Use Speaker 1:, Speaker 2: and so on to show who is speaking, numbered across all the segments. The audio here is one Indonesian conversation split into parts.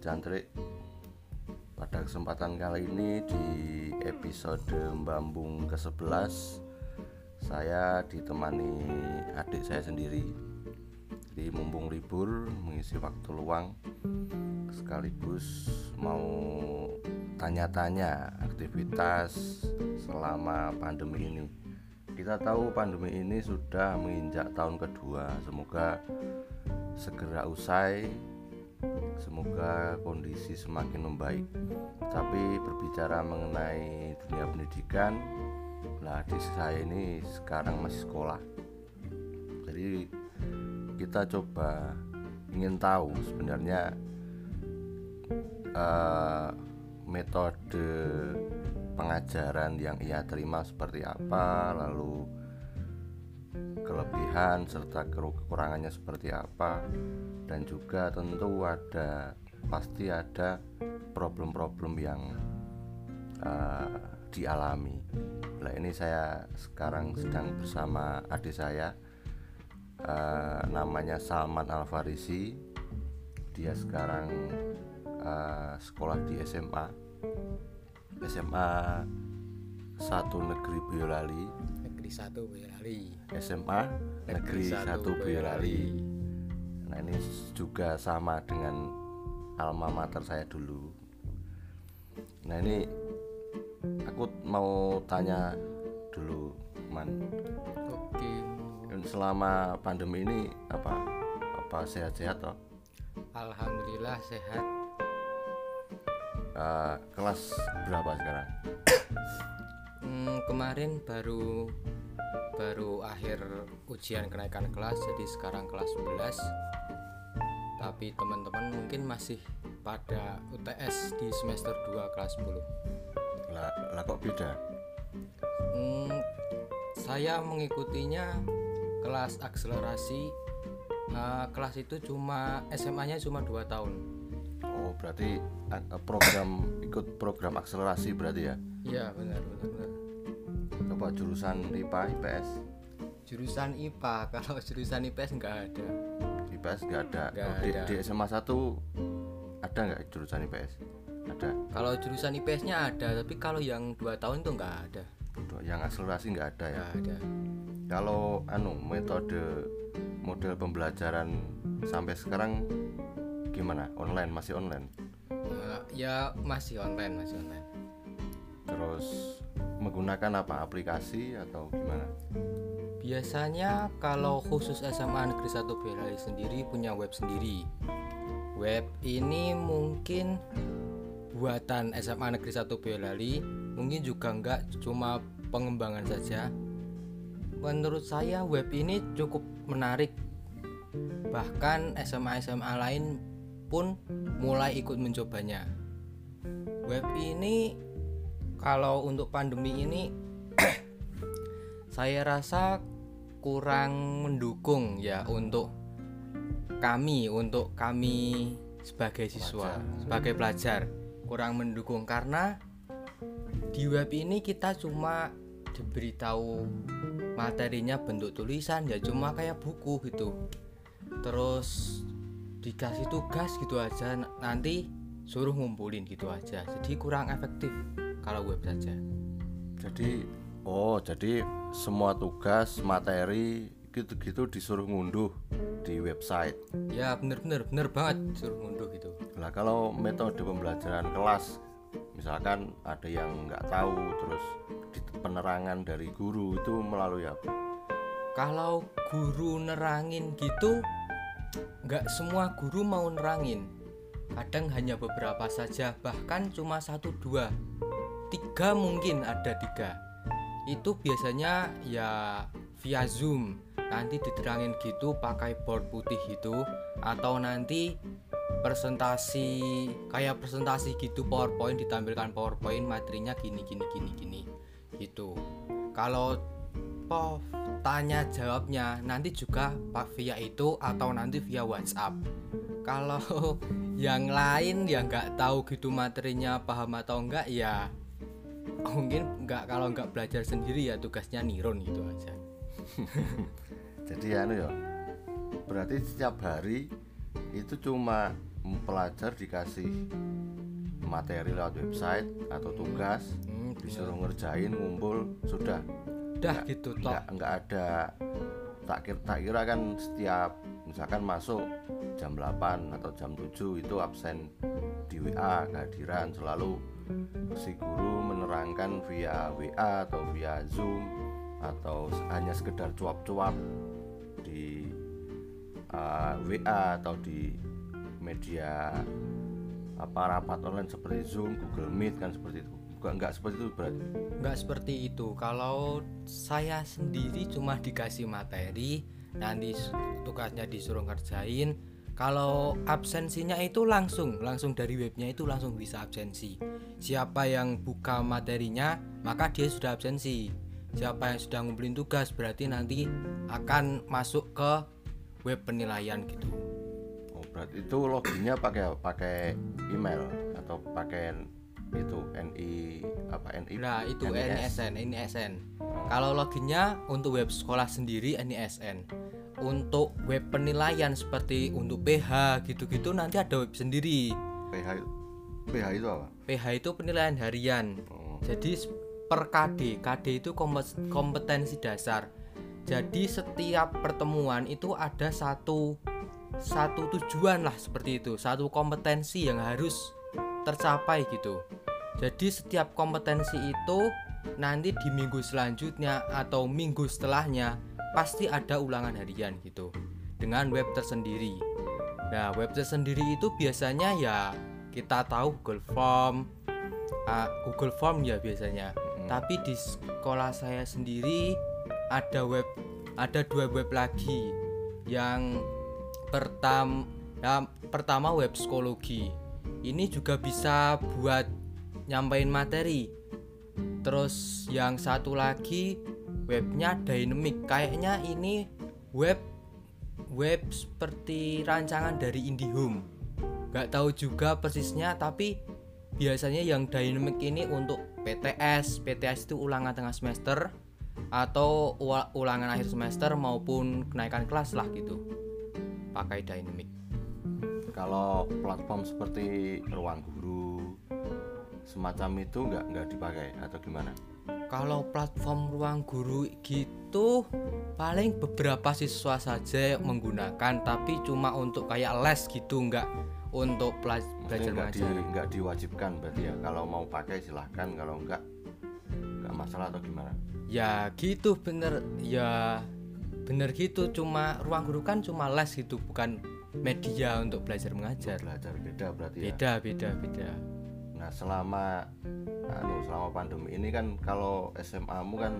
Speaker 1: Cantrik. Pada kesempatan kali ini di episode Mbambung ke-11 saya ditemani adik saya sendiri. Jadi mumpung libur, mengisi waktu luang, sekaligus mau tanya-tanya aktivitas selama pandemi ini. Kita tahu pandemi ini sudah menginjak tahun kedua. Semoga segera usai, semoga kondisi semakin membaik. Tapi berbicara mengenai dunia pendidikan, nah adik saya ini sekarang masih sekolah. Jadi kita coba ingin tahu sebenarnya metode pengajaran yang ia terima seperti apa, lalu kelebihan serta kekurangannya seperti apa, dan juga tentu pasti ada problem-problem yang dialami. Nah, ini saya sekarang sedang bersama adik saya, namanya Salman Al-Farisi. Dia sekarang sekolah di SMA 1 Negeri Boyolali, SMA Negeri 1 Boyolali. Nah, ini juga sama dengan alma mater saya dulu. Nah, ini aku mau tanya dulu, Man.
Speaker 2: Oke.
Speaker 1: Selama pandemi ini apa sehat-sehat toh?
Speaker 2: Alhamdulillah sehat.
Speaker 1: Kelas berapa sekarang?
Speaker 2: Kemarin baru akhir ujian kenaikan kelas, jadi sekarang kelas 11. Tapi teman-teman mungkin masih pada UTS di semester 2 kelas 10.
Speaker 1: Lah kok beda?
Speaker 2: Saya mengikutinya kelas akselerasi. Kelas itu cuma SMA-nya cuma 2 tahun.
Speaker 1: Oh, berarti ikut program akselerasi berarti ya?
Speaker 2: Iya, benar.
Speaker 1: Coba jurusan IPA, IPS?
Speaker 2: Jurusan IPA, kalau jurusan IPS enggak ada.
Speaker 1: IPS enggak ada. Di SMA 1 ada enggak jurusan IPS? Ada.
Speaker 2: Kalau jurusan IPS-nya ada, tapi kalau yang 2 tahun itu enggak ada.
Speaker 1: Yang akselerasi enggak ada ya?
Speaker 2: Enggak ada.
Speaker 1: Kalau model pembelajaran sampai sekarang gimana? Masih online?
Speaker 2: Ya masih online.
Speaker 1: Terus menggunakan apa? Aplikasi atau gimana?
Speaker 2: Biasanya kalau khusus SMA Negeri 1 Boyolali sendiri punya web sendiri. Web ini mungkin buatan SMA Negeri 1 Boyolali, mungkin juga enggak, cuma pengembangan saja. Menurut saya web ini cukup menarik. Bahkan SMA lain pun mulai ikut mencobanya. Web ini kalau untuk pandemi ini saya rasa kurang mendukung ya untuk kami sebagai siswa, sebagai pelajar, kurang mendukung karena di web ini kita cuma diberitahu materinya bentuk tulisan, ya cuma kayak buku gitu. Terus dikasih tugas gitu aja, nanti suruh ngumpulin gitu aja. Jadi kurang efektif kalau web saja.
Speaker 1: Jadi semua tugas materi gitu disuruh ngunduh di website.
Speaker 2: Ya bener banget disuruh ngunduh gitu.
Speaker 1: Nah, kalau metode pembelajaran kelas, misalkan ada yang nggak tahu, terus penerangan dari guru itu melalui apa?
Speaker 2: Kalau guru nerangin gitu, nggak semua guru mau nerangin. Kadang hanya beberapa saja, bahkan cuma 1, 2, 3 mungkin ada 3. Itu biasanya ya via Zoom. Nanti diterangin gitu pakai board putih gitu, atau nanti presentasi gitu, PowerPoint, ditampilkan PowerPoint materinya gini gitu. Kalau tanya jawabnya nanti juga via itu atau nanti via WhatsApp. Kalau yang lain yang nggak tahu gitu materinya paham atau enggak, ya mungkin kalau nggak belajar sendiri ya tugasnya niron gitu aja.
Speaker 1: Jadi berarti setiap hari itu cuma pelajar dikasih materi lewat website atau tugas, disuruh ngerjain, ngumpul, sudah.
Speaker 2: Udah gitu toh.
Speaker 1: Nggak ada, tak kira kan setiap misalkan masuk jam 8 atau jam 7 itu absen di WA, kehadiran selalu si guru menerangkan via WA atau via Zoom atau hanya sekedar cuap-cuap di WA atau di media rapat online seperti Zoom, Google Meet kan seperti itu. Enggak seperti itu berarti.
Speaker 2: Enggak seperti itu. Kalau saya sendiri cuma dikasih materi, nanti tugasnya disuruh ngerjain. Kalau absensinya itu langsung dari webnya itu langsung bisa absensi. Siapa yang buka materinya maka dia sudah absensi. Siapa yang sudah ngumpulin tugas berarti nanti akan masuk ke web penilaian gitu.
Speaker 1: Oh, berarti itu loginnya pakai email atau pakai itu NI.
Speaker 2: Nah, itu NISN. Kalau loginnya untuk web sekolah sendiri NISN. Untuk web penilaian seperti untuk PH gitu-gitu nanti ada web sendiri.
Speaker 1: PH itu apa?
Speaker 2: PH itu penilaian harian. Jadi per KD itu kompetensi dasar. Jadi setiap pertemuan itu ada satu tujuan lah seperti itu, satu kompetensi yang harus tercapai gitu. Jadi setiap kompetensi itu nanti di minggu selanjutnya atau minggu setelahnya pasti ada ulangan harian gitu dengan web tersendiri. Nah, web tersendiri itu biasanya ya kita tahu Google Form ya biasanya. Tapi di sekolah saya sendiri ada dua web lagi. Yang pertama web psikologi. Ini juga bisa buat nyampein materi. Terus yang satu lagi webnya dynamic. Kayaknya ini web seperti rancangan dari IndiHome. Gak tahu juga persisnya, tapi biasanya yang dynamic ini untuk PTS itu ulangan tengah semester atau ulangan akhir semester maupun kenaikan kelas lah gitu. Pakai dynamic.
Speaker 1: Kalau platform seperti Ruang Guru semacam itu nggak dipakai atau gimana?
Speaker 2: Kalau platform Ruang Guru gitu paling beberapa siswa saja yang menggunakan, tapi cuma untuk kayak les gitu, nggak untuk belajar mengajar.
Speaker 1: Nggak diwajibkan berarti ya, kalau mau pakai silahkan, kalau nggak masalah atau gimana?
Speaker 2: Ya gitu, bener gitu. Cuma Ruang Guru kan cuma les gitu, bukan media untuk belajar mengajar.
Speaker 1: Beda berarti ya.
Speaker 2: Beda.
Speaker 1: Nah, selama pandemi ini kan kalau SMA-mu kan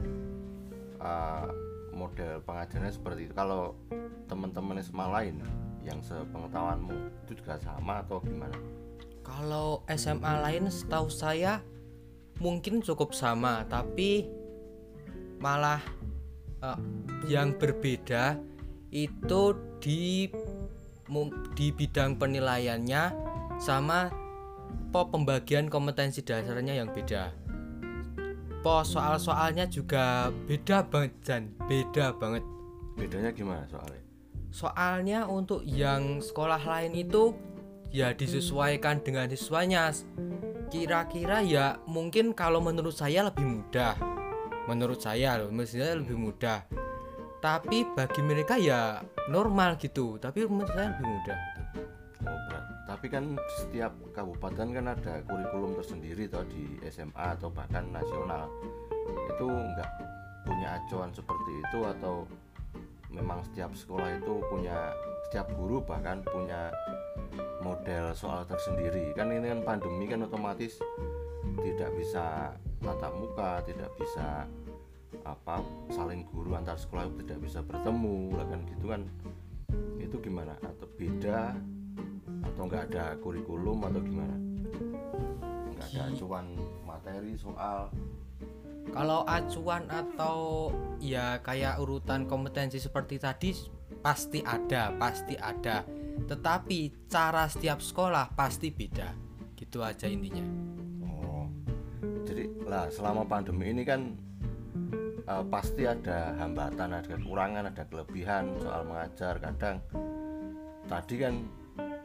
Speaker 1: model pengajarannya seperti itu. Kalau teman-teman SMA lain yang sepengetahuanmu itu juga sama atau gimana?
Speaker 2: Kalau SMA lain setahu saya mungkin cukup sama, tapi malah yang berbeda itu di bidang penilaiannya sama pembagian kompetensi dasarnya yang beda. Soal-soalnya juga beda banget.
Speaker 1: Bedanya gimana soalnya?
Speaker 2: Soalnya untuk yang sekolah lain itu ya disesuaikan dengan siswanya. Kira-kira ya mungkin kalau menurut saya lebih mudah. Mestinya lebih mudah. Tapi bagi mereka ya normal gitu. Tapi menurut saya lebih mudah gitu.
Speaker 1: Tapi kan setiap kabupaten kan ada kurikulum tersendiri toh di SMA atau bahkan nasional. Itu nggak punya acuan seperti itu, atau memang setiap sekolah itu setiap guru bahkan punya model soal tersendiri? Kan ini kan pandemi kan otomatis tidak bisa tatap muka, tidak bisa saling guru antar sekolah tidak bisa bertemu kan gitu kan. Itu gimana? Atau beda atau nggak ada kurikulum atau gimana? Nggak ada acuan materi soal?
Speaker 2: Kalau acuan atau ya kayak urutan kompetensi seperti tadi pasti ada. Tetapi cara setiap sekolah pasti beda. Gitu aja intinya.
Speaker 1: Oh. Jadi selama pandemi ini kan pasti ada hambatan, ada kekurangan, ada kelebihan soal mengajar. Kadang tadi kan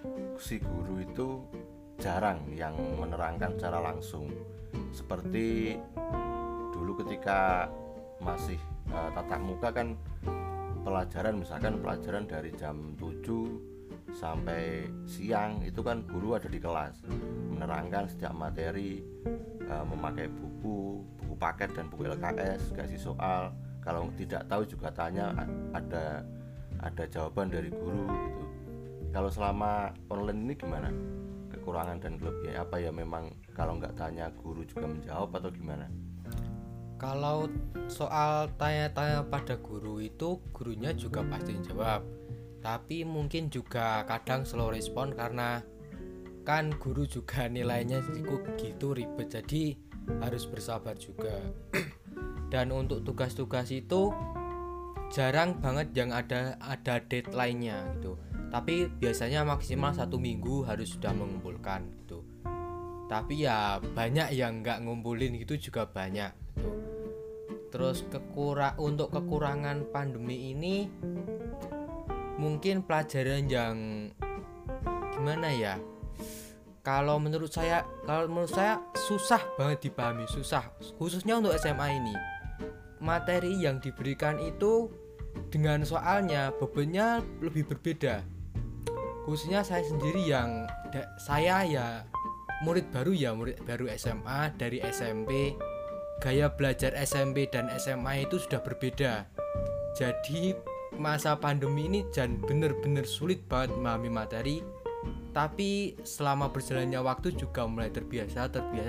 Speaker 1: si guru itu jarang yang menerangkan secara langsung. Seperti dulu ketika masih tatap muka kan, pelajaran misalkan pelajaran dari jam 7 sampai siang itu kan guru ada di kelas menerangkan setiap materi, memakai buku paket dan buku LKS, kasih soal, kalau tidak tahu juga tanya, ada jawaban dari guru gitu. Kalau selama online ini gimana? Kekurangan dan kelebihannya apa ya? Memang kalau nggak tanya guru juga menjawab atau gimana?
Speaker 2: Kalau soal tanya-tanya pada guru itu gurunya juga pasti jawab, tapi mungkin juga kadang slow respon karena kan guru juga nilainya gitu ribet, jadi harus bersabar juga. Dan untuk tugas-tugas itu jarang banget yang ada deadline-nya gitu, tapi biasanya maksimal 1 minggu harus sudah mengumpulkan gitu. Tapi ya banyak yang nggak ngumpulin gitu juga banyak gitu. Terus untuk kekurangan pandemi ini mungkin pelajaran yang gimana ya, kalau menurut saya susah banget dipahami, susah khususnya untuk SMA ini. Materi yang diberikan itu dengan soalnya bebannya lebih berbeda. Khususnya saya sendiri yang saya ya murid baru SMA dari SMP. Gaya belajar SMP dan SMA itu sudah berbeda. Jadi masa pandemi ini bener-bener sulit banget memahami materi. Tapi selama berjalannya waktu juga mulai terbiasa.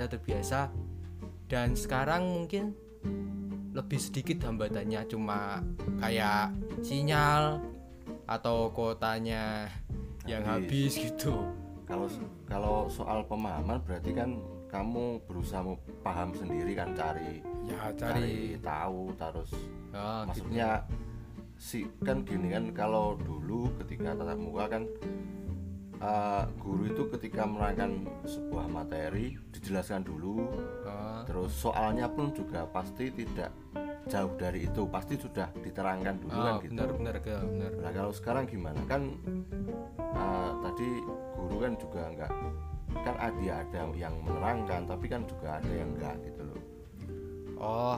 Speaker 2: Dan sekarang mungkin lebih sedikit hambatannya, cuma kayak sinyal atau kuotanya yang habis gitu.
Speaker 1: Kalau soal pemahaman berarti kan kamu berusaha paham sendiri kan, cari tahu terus. Maksudnya gitu. Kan gini kan, kalau dulu ketika tatap muka kan guru itu ketika menerangkan sebuah materi dijelaskan dulu, terus soalnya pun juga pasti tidak jauh dari itu, pasti sudah diterangkan dulu kan gitu.
Speaker 2: Benar.
Speaker 1: Nah kalau sekarang gimana kan, tadi guru kan juga enggak kan, ada yang menerangkan tapi kan juga ada yang enggak gitu loh.
Speaker 2: Oh,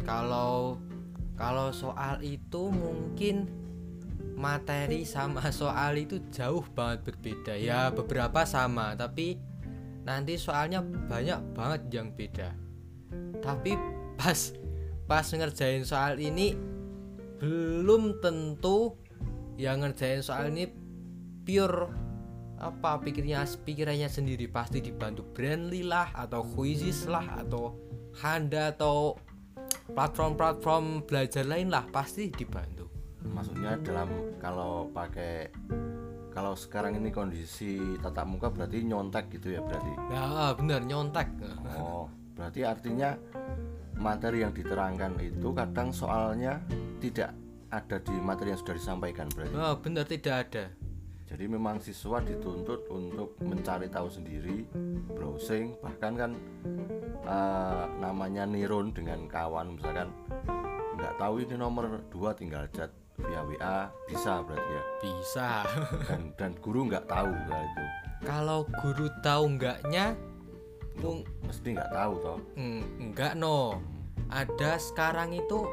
Speaker 2: kalau soal itu mungkin materi sama soal itu jauh banget berbeda ya. Beberapa sama tapi nanti soalnya banyak banget yang beda. Tapi pas ngerjain soal ini belum tentu yang ngerjain soal ini pure pikirannya sendiri, pasti dibantu Brandly lah atau Quizizz lah atau Handa atau platform belajar lain lah, pasti dibantu.
Speaker 1: Maksudnya kalau sekarang ini kondisi tatap muka berarti nyontek gitu ya berarti?
Speaker 2: Ya benar, nyontek.
Speaker 1: Oh, berarti artinya materi yang diterangkan itu kadang soalnya tidak ada di materi yang sudah disampaikan berarti?
Speaker 2: Oh benar, tidak ada.
Speaker 1: Jadi memang siswa dituntut untuk mencari tahu sendiri, browsing, bahkan kan namanya nirun dengan kawan, misalkan nggak tahu ini nomor 2 tinggal chat via WA, bisa berarti ya?
Speaker 2: Bisa.
Speaker 1: dan guru nggak tahu hal itu.
Speaker 2: Kalau guru tahu enggaknya
Speaker 1: mesti nggak tahu toh?
Speaker 2: Enggak no. Ada sekarang itu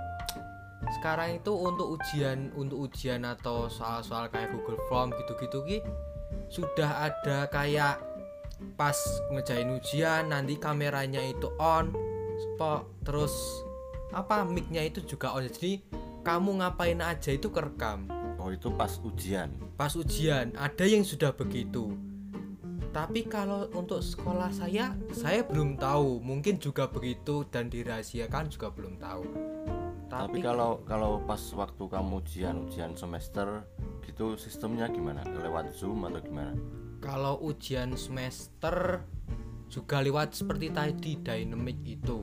Speaker 2: untuk ujian atau soal-soal kayak Google Form gitu-gitu sudah ada kayak pas ngerjain ujian nanti kameranya itu on, terus mic-nya itu juga on, jadi kamu ngapain aja itu kerekam.
Speaker 1: Oh itu pas ujian
Speaker 2: ada yang sudah begitu. Tapi kalau untuk sekolah saya belum tahu, mungkin juga begitu dan dirahasiakan juga belum tahu.
Speaker 1: Tapi kalau pas waktu kamu ujian semester gitu sistemnya gimana? Lewat Zoom atau gimana?
Speaker 2: Kalau ujian semester juga lewat seperti tadi dynamic itu.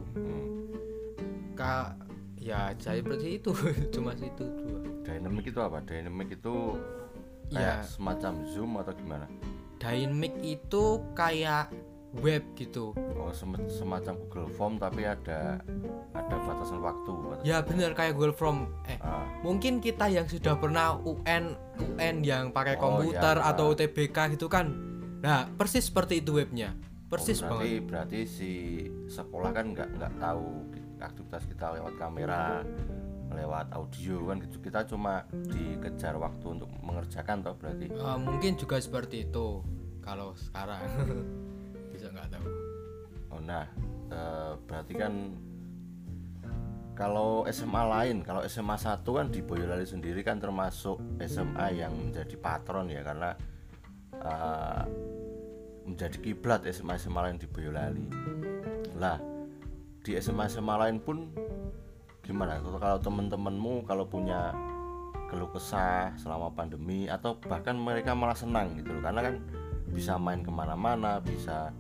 Speaker 2: Ya saya seperti itu. Cuma itu dua.
Speaker 1: Dynamic itu apa? Dynamic itu kayak semacam Zoom atau gimana?
Speaker 2: Dynamic itu kayak web gitu.
Speaker 1: Oh, semacam Google Form tapi ada batasan waktu.
Speaker 2: Ya bener kayak Google Form.
Speaker 1: Ah.
Speaker 2: Mungkin kita yang sudah pernah UN yang pakai
Speaker 1: Oh,
Speaker 2: komputer
Speaker 1: ya.
Speaker 2: atau UTBK gitu kan. Nah, persis seperti itu webnya. Persis banget.
Speaker 1: Berarti si sekolah kan nggak tahu aktivitas kita lewat kamera, lewat audio kan gitu. Kita cuma dikejar waktu untuk mengerjakan toh berarti.
Speaker 2: Mungkin juga seperti itu kalau sekarang. Bisa nggak tahu.
Speaker 1: Oh, nah, berarti kan kalau SMA lain, kalau SMA 1 kan di Boyolali sendiri kan termasuk SMA yang menjadi patron ya, karena menjadi kiblat SMA lain di Boyolali. Lah, di SMA lain pun gimana? Kalau teman-temanmu kalau punya keluh kesah selama pandemi atau bahkan mereka malah senang gitu loh, karena kan bisa main kemana-mana, bisa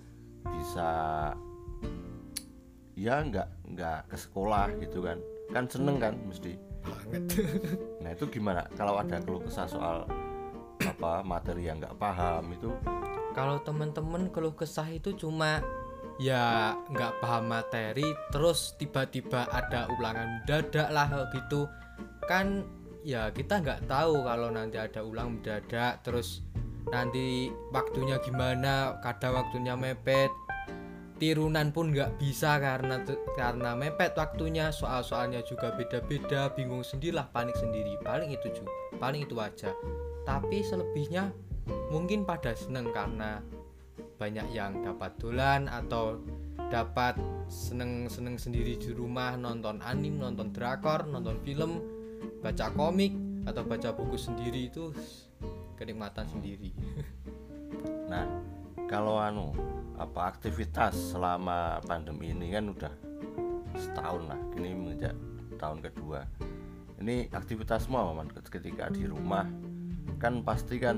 Speaker 1: ya nggak ke sekolah gitu kan seneng kan mesti
Speaker 2: Banget.
Speaker 1: Nah itu gimana kalau ada keluh kesah soal materi yang nggak paham itu?
Speaker 2: Kalau teman-teman keluh kesah itu cuma ya nggak paham materi, terus tiba-tiba ada ulangan mendadak lah gitu kan. Ya kita nggak tahu kalau nanti ada ulang mendadak, terus nanti waktunya gimana, kadang waktunya mepet, tirunan pun nggak bisa karena mepet waktunya, soalnya juga beda-beda, bingung sendirilah, panik sendiri. Paling itu aja. Tapi selebihnya mungkin pada seneng karena banyak yang dapat dolan atau dapat seneng sendiri di rumah, nonton anime, nonton drakor, nonton film, baca komik atau baca buku sendiri, itu kenikmatan sendiri.
Speaker 1: Nah kalau aktivitas selama pandemi ini kan udah setahun lah, ini menginjak tahun kedua. Ini aktivitasmu apa man ketika di rumah? Kan pasti kan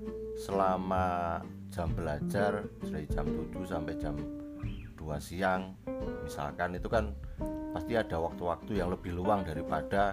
Speaker 1: selama jam belajar dari jam 7 sampai jam 2 siang misalkan, itu kan pasti ada waktu-waktu yang lebih luang daripada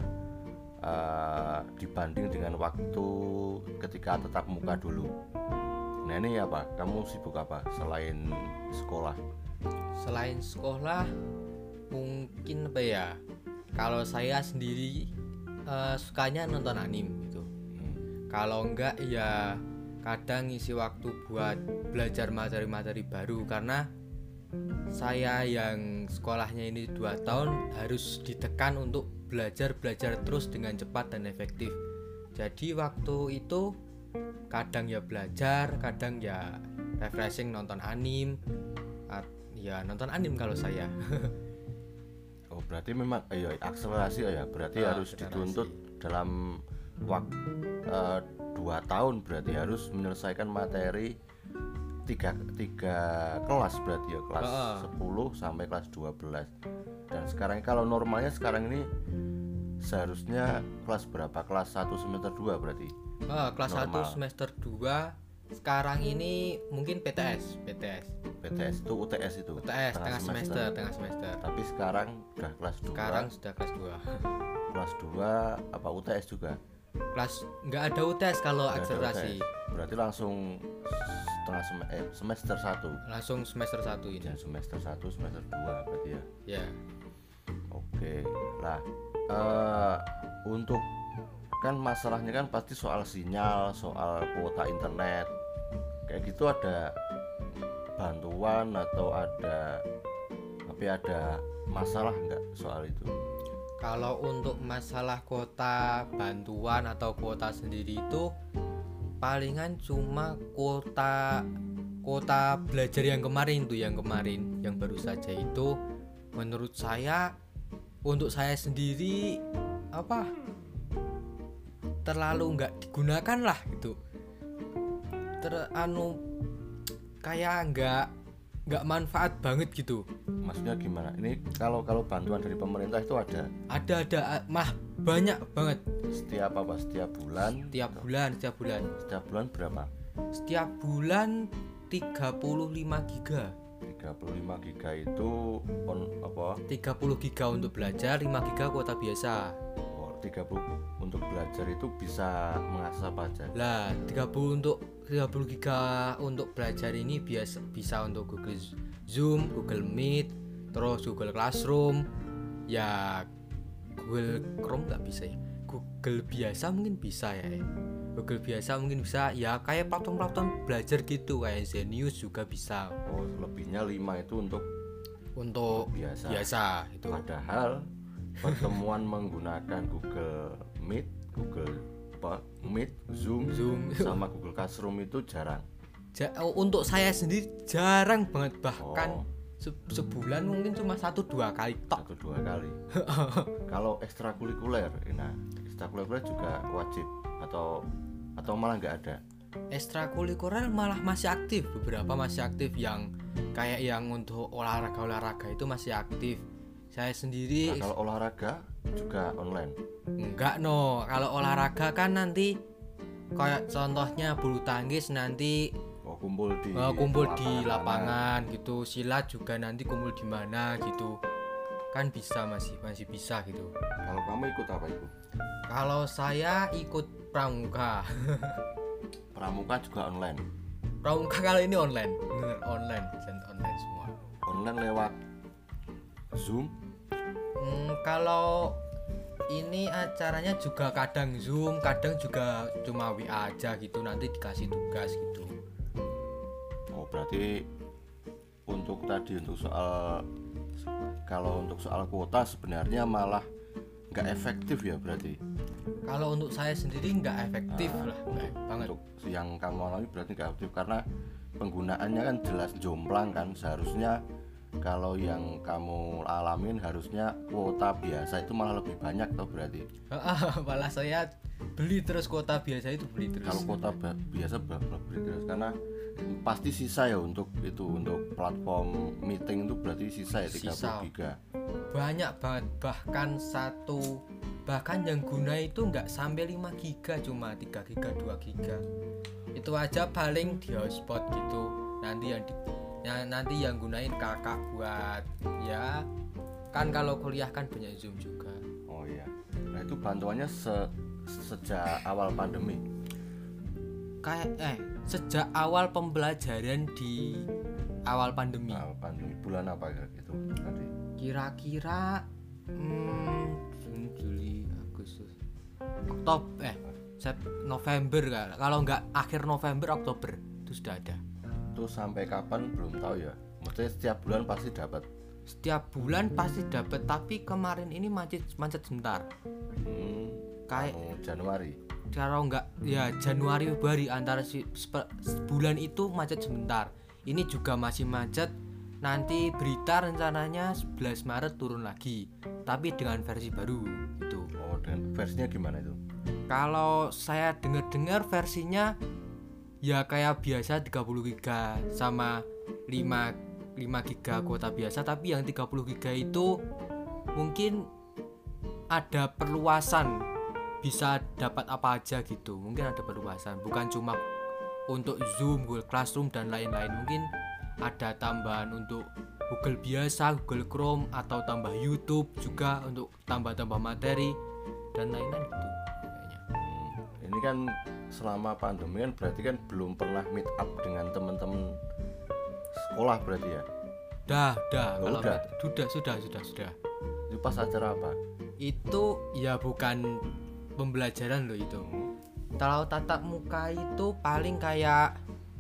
Speaker 1: dibanding dengan waktu ketika tatap muka dulu. Nah ini apa? Kamu sibuk apa selain sekolah?
Speaker 2: Selain sekolah mungkin apa ya? Kalau saya sendiri sukanya nonton anime gitu. Kalau enggak ya kadang ngisi waktu buat belajar materi-materi baru, karena saya yang sekolahnya ini 2 tahun harus ditekan untuk belajar terus dengan cepat dan efektif. Jadi waktu itu kadang ya belajar, kadang ya refreshing nonton anime. Ya nonton anime kalau saya.
Speaker 1: Oh berarti memang akselerasi ya, berarti harus dituntut dalam waktu 2 tahun, berarti harus menyelesaikan materi 3 kelas berarti ya, kelas 10 sampai kelas 12. Dan sekarang kalau normalnya sekarang ini seharusnya kelas berapa? Kelas 1 semester 2 berarti?
Speaker 2: Kelas normal. 1 semester 2 sekarang ini mungkin PTS
Speaker 1: itu UTS itu
Speaker 2: tengah semester.
Speaker 1: Tapi sekarang udah kelas 2.
Speaker 2: Sekarang sudah kelas 2.
Speaker 1: Kelas 2 apa UTS juga?
Speaker 2: Kelas nggak ada UTS kalau akselerasi.
Speaker 1: Berarti langsung semester 1.
Speaker 2: Langsung semester 1 ini.
Speaker 1: Dan semester 1 semester 2 berarti ya.
Speaker 2: Ya.
Speaker 1: Oke. Lah untuk kan masalahnya kan pasti soal sinyal, soal kuota internet. Kayak gitu ada bantuan atau ada masalah nggak soal itu?
Speaker 2: Kalau untuk masalah kuota bantuan atau kuota sendiri itu palingan cuma kuota belajar yang kemarin yang baru saja itu, menurut saya, untuk saya sendiri terlalu nggak digunakan lah gitu. Kayak nggak manfaat banget gitu.
Speaker 1: Maksudnya gimana? Ini kalau bantuan dari pemerintah itu ada
Speaker 2: banyak banget.
Speaker 1: Setiap bulan?
Speaker 2: Setiap bulan.
Speaker 1: Setiap bulan berapa?
Speaker 2: Setiap bulan 35 giga.
Speaker 1: 35 giga itu
Speaker 2: 30 giga untuk belajar, 5 giga kuota biasa.
Speaker 1: Oh, untuk belajar itu bisa mengasah apa aja?
Speaker 2: Lah 30 giga untuk belajar ini bisa untuk Google Zoom, Google Meet, terus Google Classroom. Ya Google Chrome nggak bisa ya. Google biasa mungkin bisa ya. Google biasa mungkin bisa ya, kayak platform-platform belajar gitu kayak Zenius juga bisa.
Speaker 1: Oh, lebihnya 5 itu untuk
Speaker 2: biasa itu.
Speaker 1: Padahal pertemuan menggunakan Google Meet, Zoom sama Google Classroom itu jarang.
Speaker 2: Untuk saya sendiri jarang banget, bahkan sebulan mungkin cuma 1-2 kali tok.
Speaker 1: 1-2 kali. Kalau ekstrakurikuler, nah ekstrakurikuler juga wajib atau malah nggak ada?
Speaker 2: Ekstrakurikuler malah masih aktif, beberapa masih aktif, yang kayak yang untuk olahraga itu masih aktif. Saya sendiri
Speaker 1: kalau olahraga juga online?
Speaker 2: Enggak kalau olahraga kan nanti kayak contohnya bulu tangkis nanti
Speaker 1: kumpul di
Speaker 2: lapangan gitu, silat juga nanti kumpul di mana gitu kan, bisa masih bisa gitu.
Speaker 1: Kalau kamu ikut apa itu?
Speaker 2: Kalau saya ikut pramuka.
Speaker 1: Pramuka juga online?
Speaker 2: Pramuka kalau ini online, bener online semua.
Speaker 1: Online lewat Zoom?
Speaker 2: Kalau ini acaranya juga kadang Zoom, kadang juga cuma WA aja gitu, nanti dikasih tugas gitu.
Speaker 1: Oh, berarti untuk soal kuota sebenarnya malah nggak efektif ya berarti?
Speaker 2: Kalau untuk saya sendiri nggak efektif lah, nggak banget.
Speaker 1: Untuk yang kamu alami berarti nggak efektif karena penggunaannya kan jelas jomplang kan. Seharusnya kalau yang kamu alamin harusnya kuota biasa itu malah lebih banyak toh berarti.
Speaker 2: Malah saya beli terus kuota biasa itu beli terus.
Speaker 1: Kalau kuota biasa beli terus karena pasti sisa ya untuk platform meeting itu berarti sisa ya 30 giga.
Speaker 2: Banyak banget, bahkan yang guna itu nggak sampai 5 giga, cuma 3 giga 2 giga. Itu aja paling di hotspot gitu. Nanti yang gunain kakak buat ya kan, kalau kuliah kan banyak Zoom juga.
Speaker 1: Oh iya. Nah itu bantuannya sejak awal pandemi?
Speaker 2: Sejak awal pembelajaran di awal pandemi.
Speaker 1: Bulan apa gitu tadi?
Speaker 2: Kira-kira Juli, Agustus, Oktober, November kalau nggak akhir November, Oktober itu sudah ada.
Speaker 1: Itu sampai kapan belum tahu ya. Maksudnya setiap bulan pasti dapat?
Speaker 2: Setiap bulan pasti dapat, tapi kemarin ini macet sebentar. Kayak
Speaker 1: Januari.
Speaker 2: Kalau nggak ya Januari Februari, antara sebulan itu macet sebentar. Ini juga masih macet. Nanti berita rencananya 11 Maret turun lagi, tapi dengan versi baru gitu.
Speaker 1: Oh, dan versinya gimana itu?
Speaker 2: Kalau saya dengar versinya ya kayak biasa 30 giga sama 5 giga kuota biasa, tapi yang 30 giga itu mungkin ada perluasan, bisa dapat apa aja gitu. Mungkin ada perluasan, bukan cuma untuk Zoom, Google Classroom dan lain-lain. Mungkin ada tambahan untuk Google biasa, Google Chrome, atau tambah YouTube juga untuk tambah materi dan lain-lain gitu kayaknya.
Speaker 1: Ini kan selama pandemi kan berarti kan belum pernah meet up dengan teman-teman sekolah berarti ya? Sudah. Itu pas acara apa?
Speaker 2: Itu ya bukan pembelajaran loh itu. Kalau tatap muka itu paling kayak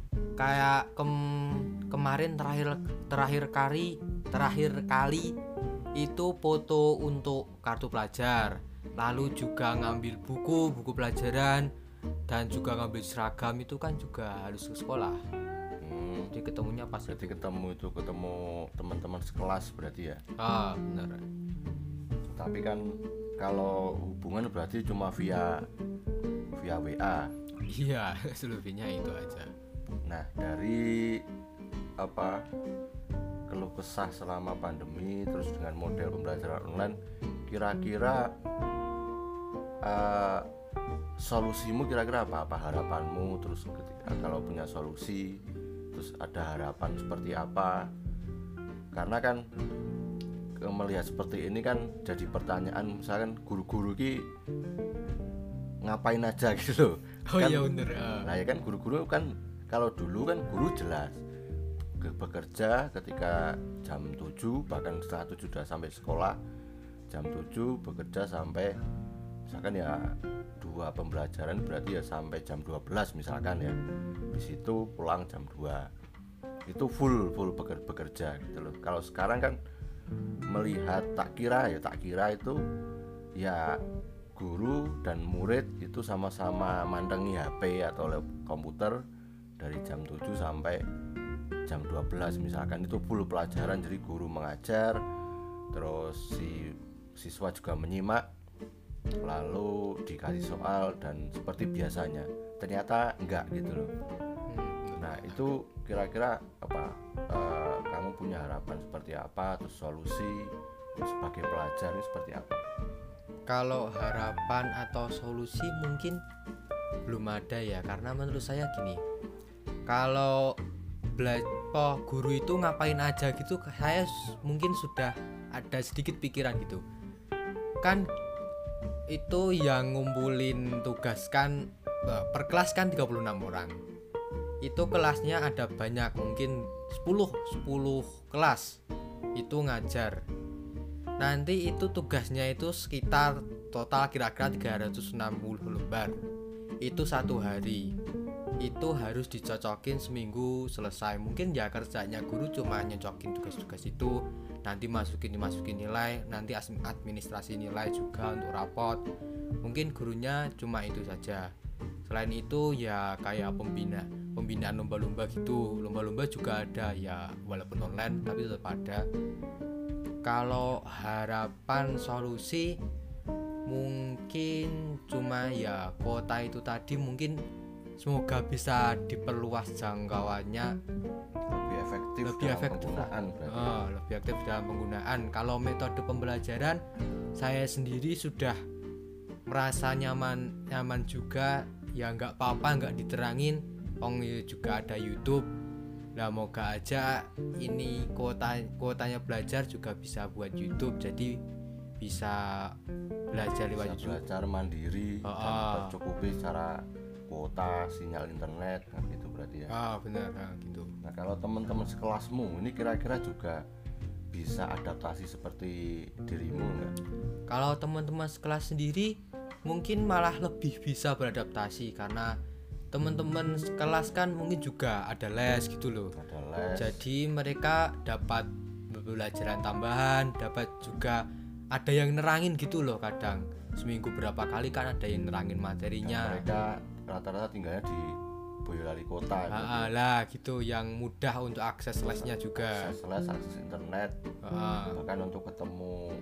Speaker 2: kemarin terakhir kali itu foto untuk kartu pelajar, lalu juga ngambil buku pelajaran, dan juga ngambil seragam. Itu kan juga harus ke sekolah. Jadi ketemunya pas
Speaker 1: berarti ketemu teman-teman sekelas berarti ya?
Speaker 2: Benar.
Speaker 1: Tapi kan kalau hubungan berarti cuma via WA.
Speaker 2: Iya, selebihnya itu aja.
Speaker 1: Nah, dari keluh kesah selama pandemi terus dengan model pembelajaran online, kira-kira solusimu kira-kira apa harapanmu, terus ketika kalau punya solusi terus ada harapan seperti apa? Karena kan melihat seperti ini kan jadi pertanyaan, misalkan guru-guru ki ngapain aja gitu loh.
Speaker 2: Oh
Speaker 1: Kan,
Speaker 2: iya bener.
Speaker 1: nah ya kan guru-guru kan, kalau dulu kan guru jelas bekerja ketika jam 7, bahkan setengah 7 sudah sampai sekolah, jam 7 bekerja sampai misalkan ya 2 pembelajaran, berarti ya sampai jam 12 misalkan ya, di situ pulang jam 2, itu full bekerja gitu loh. Kalau sekarang kan melihat, tak kira itu ya guru dan murid itu sama-sama mandangi HP atau komputer dari jam 7 sampai jam 12 misalkan, itu full pelajaran. Jadi guru mengajar, terus si siswa juga menyimak, lalu dikasih soal dan seperti biasanya. Ternyata enggak gitu loh. Nah itu kira-kira apa, kamu punya harapan seperti apa, atau solusi sebagai pelajar ini seperti apa?
Speaker 2: Kalau harapan atau solusi mungkin belum ada ya, karena menurut saya gini, kalau guru itu ngapain aja gitu, saya mungkin sudah ada sedikit pikiran gitu kan. Itu yang ngumpulin tugas kan per kelas kan 36 orang, itu kelasnya ada banyak, mungkin 10 kelas itu ngajar. Nanti itu tugasnya itu sekitar total kira-kira 360 lembar. Itu satu hari. Itu harus dicocokin seminggu selesai. Mungkin ya kerjanya guru cuma nyocokin tugas-tugas itu, nanti masukin nilai, nanti administrasi nilai juga untuk rapot. Mungkin gurunya cuma itu saja. Selain itu ya kayak pembinaan lomba-lomba gitu. Lomba-lomba juga ada ya, walaupun online tapi tetap ada. Kalau harapan solusi mungkin cuma ya kuota itu tadi, mungkin semoga bisa diperluas jangkauannya,
Speaker 1: lebih efektif penggunaan,
Speaker 2: lebih aktif dalam penggunaan. Kalau metode pembelajaran saya sendiri sudah merasa nyaman juga ya, nggak apa-apa nggak diterangin, juga ada YouTube. Nah moga aja ini kuotanya belajar juga bisa buat YouTube, jadi bisa belajar lewat YouTube,
Speaker 1: belajar mandiri dan tercukupi secara kuota sinyal internet kan, gitu berarti ya.
Speaker 2: Benar gitu.
Speaker 1: Nah kalau teman-teman sekelasmu ini kira-kira juga bisa adaptasi seperti dirimu enggak?
Speaker 2: Kalau teman-teman sekelas sendiri mungkin malah lebih bisa beradaptasi, karena teman-teman sekelas kan mungkin juga ada les gitu loh.
Speaker 1: Ada les.
Speaker 2: Jadi mereka dapat pembelajaran tambahan, dapat juga ada yang nerangin gitu loh. Kadang seminggu berapa kali kan ada yang nerangin materinya.
Speaker 1: Dan mereka rata-rata tinggalnya di Boyolali kota
Speaker 2: lah gitu, yang mudah untuk akses lesnya juga.
Speaker 1: Akses les, akses internet, bahkan untuk ketemu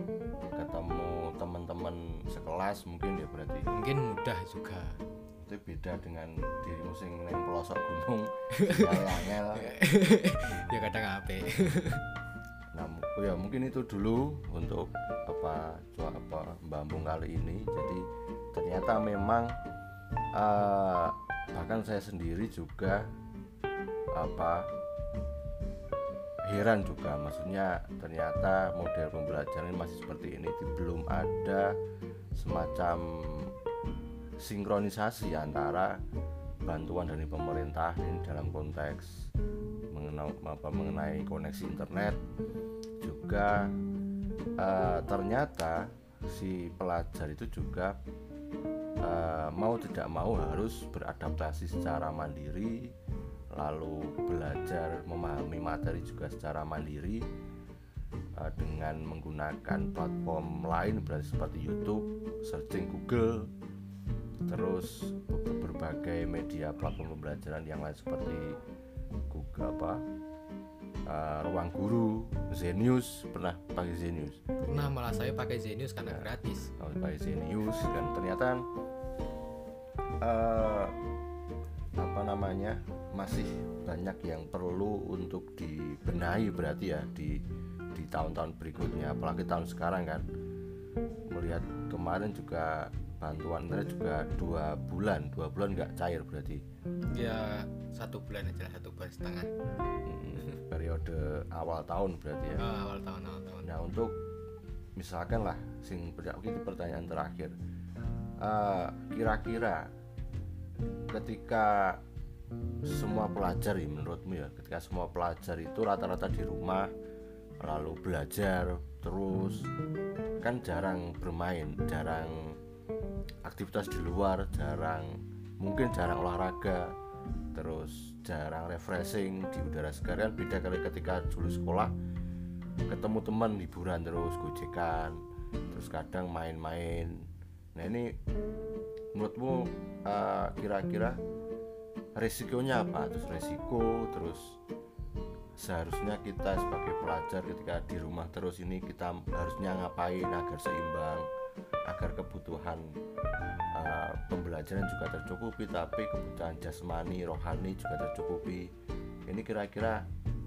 Speaker 1: teman-teman sekelas mungkin ya, berarti
Speaker 2: mungkin mudah juga.
Speaker 1: Itu beda dengan dirimu sing neng pelosok gunung angel.
Speaker 2: Ya kadang apa.
Speaker 1: Nah ya mungkin itu dulu untuk Mbambung kali ini. Jadi ternyata memang bahkan saya sendiri juga heran juga, maksudnya ternyata model pembelajaran masih seperti ini, belum ada semacam sinkronisasi antara bantuan dari pemerintah ini dalam konteks mengenai koneksi internet. Juga ternyata si pelajar itu juga mau tidak mau harus beradaptasi secara mandiri, lalu belajar memahami materi juga secara mandiri dengan menggunakan platform lain, berarti seperti YouTube, searching Google, terus berbagai media platform pembelajaran yang lain seperti Google Ruang Guru, Zenius. Pernah pakai Zenius?
Speaker 2: Pernah, malah saya pakai Zenius karena gratis.
Speaker 1: Pakai Zenius, dan ternyata masih banyak yang perlu untuk dibenahi berarti ya di tahun-tahun berikutnya, apalagi tahun sekarang kan. Melihat kemarin juga bantuan internet juga 2 bulan nggak cair berarti.
Speaker 2: Ya 1 bulan aja, 1,5 bulan.
Speaker 1: Periode awal tahun berarti ya.
Speaker 2: Awal tahun.
Speaker 1: Nah untuk misalkan lah ini pertanyaan terakhir, kira-kira ketika semua pelajar ya, menurutmu ya, ketika semua pelajar itu rata-rata di rumah lalu belajar terus, kan jarang bermain, jarang aktivitas di luar, mungkin jarang olahraga, terus jarang refreshing di udara segar. Kan beda kali ketika dulu sekolah ketemu teman liburan terus gojekan, terus kadang main-main. Nah ini menurutmu kira-kira resikonya apa? Terus seharusnya kita sebagai pelajar ketika di rumah terus ini kita harusnya ngapain agar seimbang, agar kebutuhan pembelajaran juga tercukupi tapi kebutuhan jasmani rohani juga tercukupi. Ini kira-kira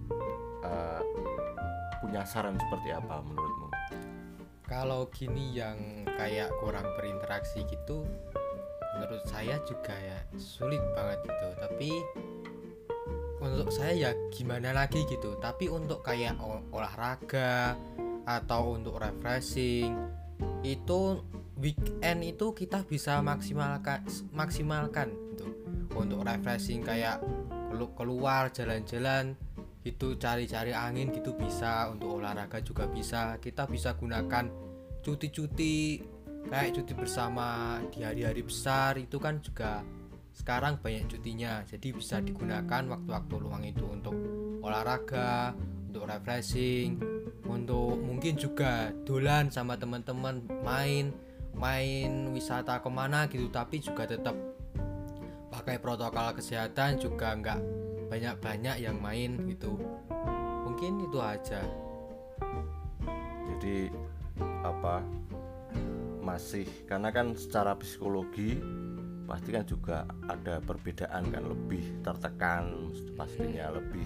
Speaker 1: punya saran seperti apa menurutmu?
Speaker 2: Kalau gini yang kayak kurang berinteraksi gitu, menurut saya juga ya sulit banget gitu. Tapi untuk saya ya gimana lagi gitu. Tapi untuk kayak olahraga atau untuk refreshing itu weekend itu kita bisa maksimalkan gitu. Untuk refreshing kayak keluar jalan-jalan itu, cari-cari angin gitu bisa. Untuk olahraga juga bisa. Kita bisa gunakan cuti-cuti kayak cuti bersama di hari-hari besar itu kan juga sekarang banyak cutinya, jadi bisa digunakan waktu-waktu luang itu untuk olahraga, untuk refreshing, untuk mungkin juga dolan sama teman-teman, main wisata kemana gitu, tapi juga tetap pakai protokol kesehatan, juga nggak banyak-banyak yang main gitu. Mungkin itu aja.
Speaker 1: Jadi masih karena kan secara psikologi pasti kan juga ada perbedaan kan, lebih tertekan pastinya, lebih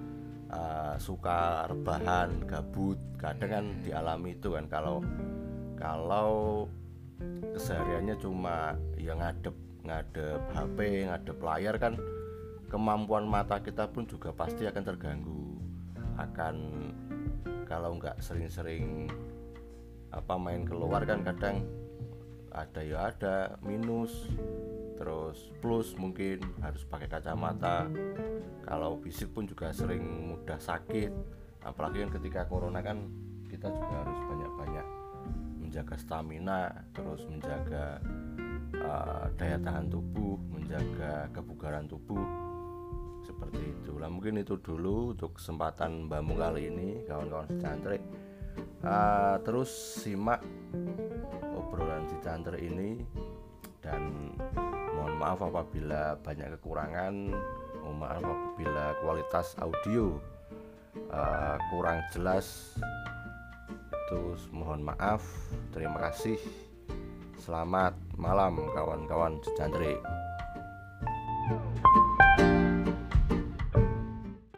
Speaker 1: suka rebahan, gabut, kadang kan dialami itu kan. Kalau kesehariannya cuma ya ngadep HP, ngadep layar kan, kemampuan mata kita pun juga pasti akan terganggu. Kalau nggak sering-sering main keluar kan kadang ada minus, terus plus mungkin harus pakai kacamata. Kalau fisik pun juga sering mudah sakit, apalagi kan ketika corona kan kita juga harus banyak-banyak menjaga stamina, terus menjaga daya tahan tubuh, menjaga kebugaran tubuh, seperti itu lah. Mungkin itu dulu untuk kesempatan Mbakmu kali ini, kawan-kawan secantrik. Terus simak obrolan secantrik ini, dan mohon maaf apabila banyak kekurangan, mohon maaf apabila kualitas audio kurang jelas, terus mohon maaf. Terima kasih. Selamat malam kawan-kawan secantrik.